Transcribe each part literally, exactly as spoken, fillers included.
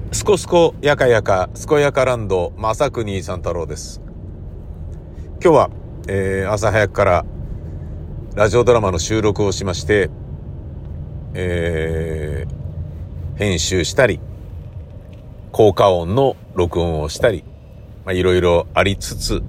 すこすこやかやかすこやかランド正国三太郎です。今日は、えー、朝早くからラジオドラマの収録をしまして、えー、編集したり効果音の録音をしたり、まあ、いろいろありつつ、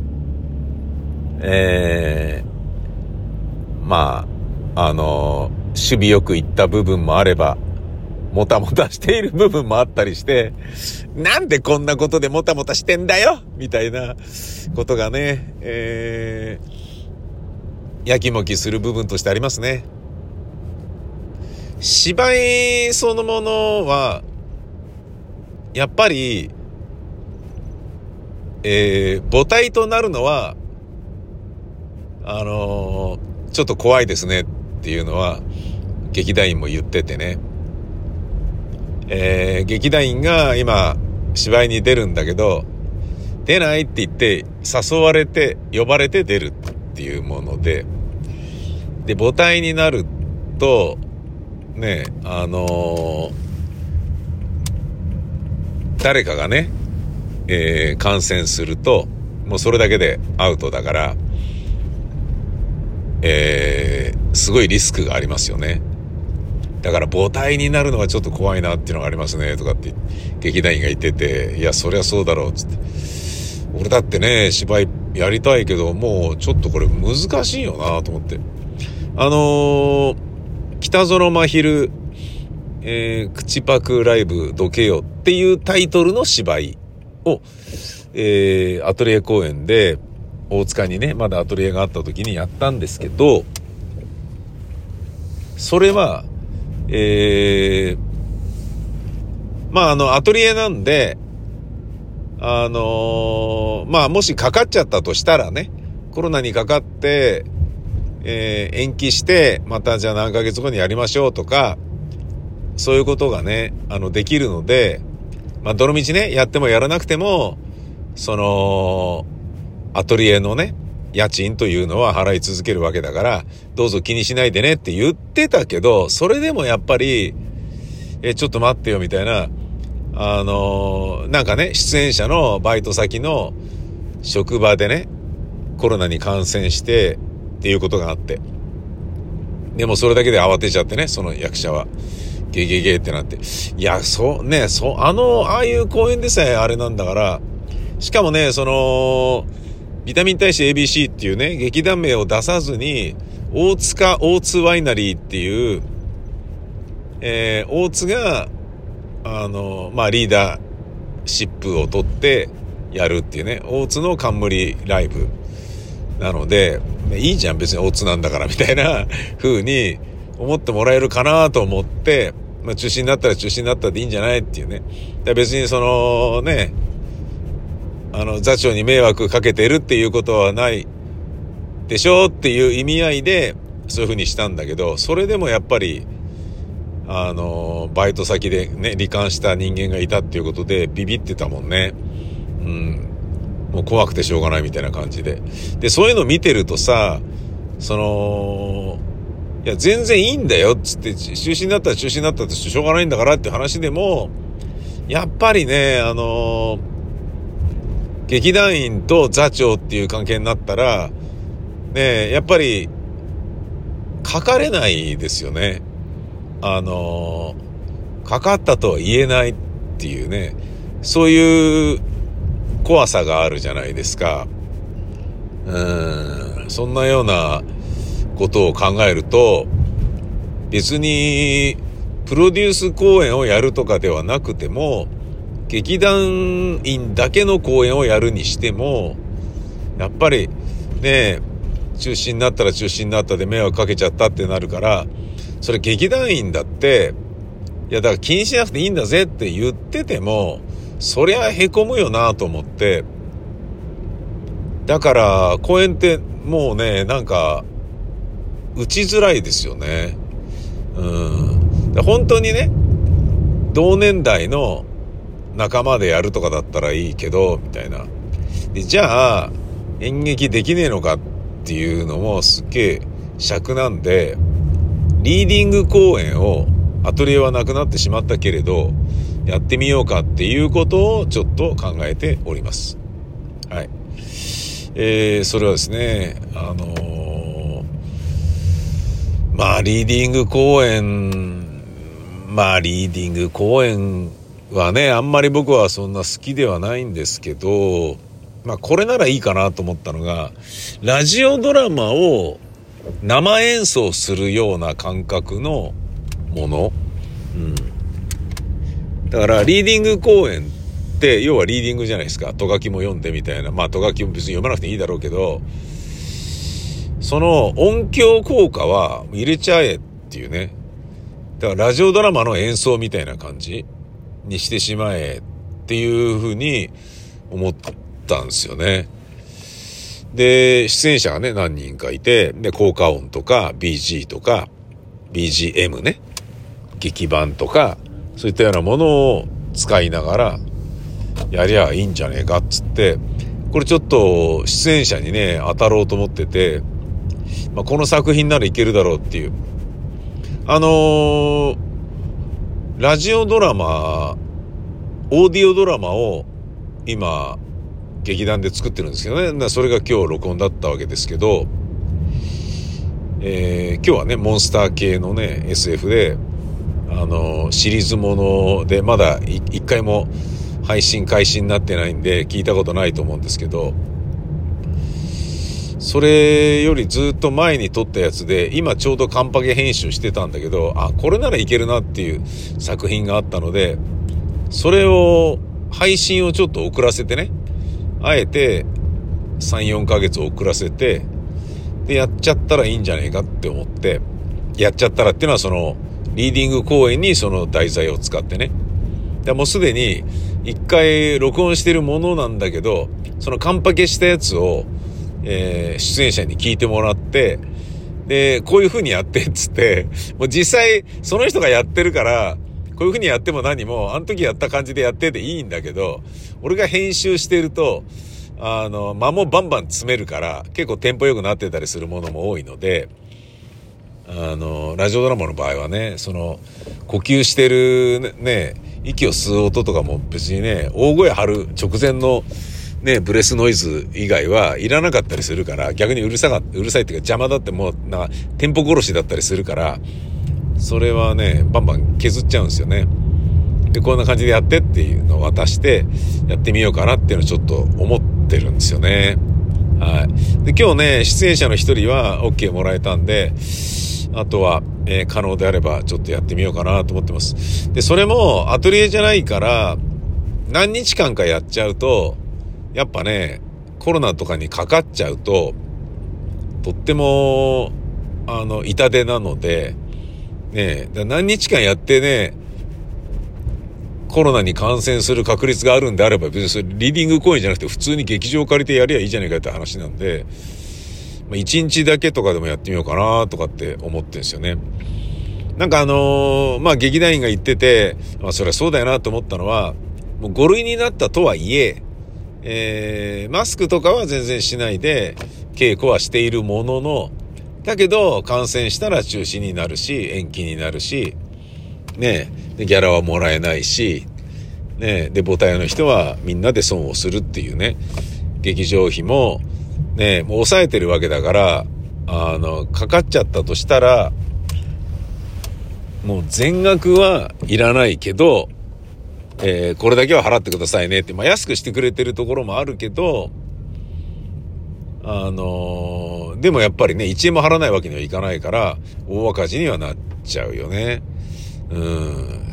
えー、まああのー、守備よくいった部分もあればもたもたしている部分もあったりして、なんでこんなことでもたもたしてんだよみたいなことがね、えー、やきもきする部分としてありますね。芝居そのものはやっぱり、えー、母体となるのはあのー、ちょっと怖いですねっていうのは劇団員も言っててね、えー、劇団員が今芝居に出るんだけど出ないって言って誘われて呼ばれて出るっていうもので、で母体になるとね、あのー、誰かがね、えー、感染するともうそれだけでアウトだから、えー、すごいリスクがありますよね。だから母体になるのはちょっと怖いなっていうのがありますねとかって劇団員が言ってて、いやそりゃそうだろうっつって、俺だってね芝居やりたいけどもうちょっとこれ難しいよなと思って、あのー、北園真昼、えー、口パクライブどけよっていうタイトルの芝居を、えー、アトリエ公演で大塚にねまだアトリエがあった時にやったんですけど、それはえー、まああのアトリエなんで、あのー、まあもしかかっちゃったとしたらね、コロナにかかって、えー、延期してまたじゃあ何ヶ月後にやりましょうとかそういうことがねあのできるので、まあどのみちねやってもやらなくてもそのアトリエのね家賃というのは払い続けるわけだからどうぞ気にしないでねって言ってたけど、それでもやっぱりえちょっと待ってよみたいな、あのー、なんかね出演者のバイト先の職場でねコロナに感染してっていうことがあって、でもそれだけで慌てちゃってねその役者はゲゲゲってなって、いやそうねそうあのああいう公演でさえあれなんだから、しかもねそのビタミン大使 エービーシー っていうね劇団名を出さずに大塚大津ワイナリーっていう、えー、大津があのまあリーダーシップを取ってやるっていうね大津の冠ライブなので、いいじゃん別に大津なんだからみたいな風に思ってもらえるかなと思って、まあ、中止になったら中止になったでいいんじゃないっていうね。で別にそのねあの座長に迷惑かけてるっていうことはないでしょっていう意味合いでそういう風にしたんだけど、それでもやっぱりあのバイト先でね罹患した人間がいたっていうことでビビってたもんね。うん、もう怖くてしょうがないみたいな感じで、でそういうの見てるとさ、そのいや全然いいんだよっつって、中止になったら中止になったってしょうがないんだからって話でもやっぱりねあの劇団員と座長っていう関係になったらねやっぱりかかれないですよね。あのかかったとは言えないっていうね、そういう怖さがあるじゃないですか。うーんそんなようなことを考えると、別にプロデュース公演をやるとかではなくても劇団員だけの公演をやるにしてもやっぱりね中止になったら中止になったで迷惑かけちゃったってなるから、それ劇団員だっていやだから気にしなくていいんだぜって言っててもそりゃへこむよなと思って、だから公演ってもうねなんか打ちづらいですよね。うん本当にね同年代の仲間でやるとかだったらいいけどみたいな。でじゃあ演劇できねえのかっていうのもすっげえ尺なんで、リーディング公演をアトリエはなくなってしまったけれどやってみようかっていうことをちょっと考えております。はい。えー、それはですね、あのー、まあリーディング公演、まあリーディング公演はね、あんまり僕はそんな好きではないんですけど、まあこれならいいかなと思ったのが、ラジオドラマを生演奏するような感覚のもの、うん、だからリーディング公演って要はリーディングじゃないですか。ト書きも読んでみたいな。まあト書きも別に読まなくていいだろうけど、その音響効果は入れちゃえっていうね。だからラジオドラマの演奏みたいな感じにしてしまえっていうふうに思ったんですよね。で、出演者がね、何人かいて、で、効果音とか ビージー とか ビージーエム ね、劇版とか、そういったようなものを使いながらやりゃいいんじゃねえかっつって、これちょっと出演者にね、当たろうと思ってて、まあ、この作品ならいけるだろうっていう。あのー、ラジオドラマ、オーディオドラマを今、劇団で作ってるんですけどね。それが今日録音だったわけですけど、えー、今日はね、モンスター系のね、エスエフ で、あの、シリーズもので、まだ一回も配信開始になってないんで、聞いたことないと思うんですけど、それよりずっと前に撮ったやつで、今ちょうどカンパケ編集してたんだけど、あ、これならいけるなっていう作品があったので、それを、配信をちょっと遅らせてね、あえてさん、よんかげつ遅らせて、で、やっちゃったらいいんじゃねえかって思って、やっちゃったらっていうのはその、リーディング公演にその題材を使ってね。でもうすでに一回録音してるものなんだけど、そのカンパケしたやつを、えー、出演者に聞いてもらって、で、こういう風にやってっつって、もう実際その人がやってるから、こういう風にやっても何も、あの時やった感じでやってていいんだけど、俺が編集してると、あの、間もバンバン詰めるから、結構テンポ良くなってたりするものも多いので、あの、ラジオドラマの場合はね、その、呼吸してるね、息を吸う音とかも別にね、大声張る直前のね、ブレスノイズ以外はいらなかったりするから、逆にうるさが、うるさいっていうか邪魔だってもう、なんか、テンポ殺しだったりするから、それはね、バンバン削っちゃうんですよね。で、こんな感じでやってっていうのを渡して、やってみようかなっていうのをちょっと思ってるんですよね。はい。で、今日ね、出演者の一人は OK もらえたんで、あとは、えー、可能であればちょっとやってみようかなと思ってます。で、それもアトリエじゃないから、何日間かやっちゃうと、やっぱね、コロナとかにかかっちゃうと、とっても、あの、痛手なので、ねえ、何日間やってね、コロナに感染する確率があるんであれば、別にそれリーディング公演じゃなくて普通に劇場借りてやりゃいいじゃないかって話なんで、まあ、いちにちだけとかでもやってみようかなとかって思ってるんですよね。なんかあのー、まあ劇団員が言ってて、まあそれはそうだよなと思ったのは、もうご類になったとはいえ、えー、マスクとかは全然しないで稽古はしているものの、だけど感染したら中止になるし、延期になるし、ねえ、でギャラはもらえないし、ねえ、で母体の人はみんなで損をするっていうね、劇場費もねえ、もう抑えてるわけだから、あのかかっちゃったとしたら、もう全額はいらないけど、えー、これだけは払ってくださいねって、まあ安くしてくれてるところもあるけど、あのー、でもやっぱりね、いちえんも払わないわけにはいかないから、大赤字にはなっちゃうよね。うん、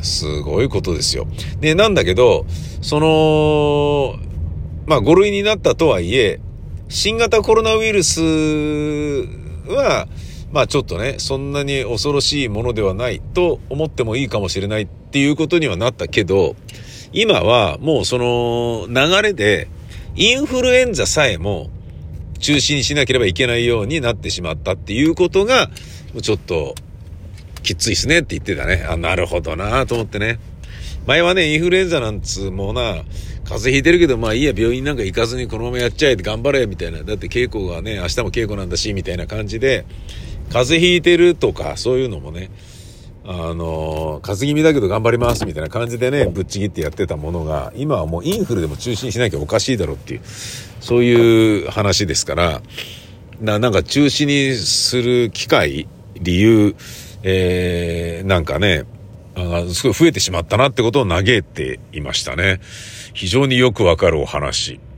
すごいことですよ。で、なんだけど、その、まあご類になったとはいえ、新型コロナウイルスは、まあちょっとね、そんなに恐ろしいものではないと思ってもいいかもしれないっていうことにはなったけど、今はもうその流れで、インフルエンザさえも中止にしなければいけないようになってしまったっていうことが、ちょっと、きついっすねって言ってたね。あ、なるほどなと思ってね。前はね、インフルエンザなんつうもうな、風邪ひいてるけど、まあいいや、病院なんか行かずにこのままやっちゃえって頑張れ、みたいな。だって稽古がね、明日も稽古なんだし、みたいな感じで、風邪ひいてるとか、そういうのもね、ああの、担ぎ身だけど頑張りますみたいな感じでね、ぶっちぎってやってたものが、今はもうインフルでも中止にしなきゃおかしいだろうっていう、そういう話ですから、な、なんか中止にする機会、理由、えー、なんかね、あすごい増えてしまったなってことを嘆いていましたね。非常によくわかるお話。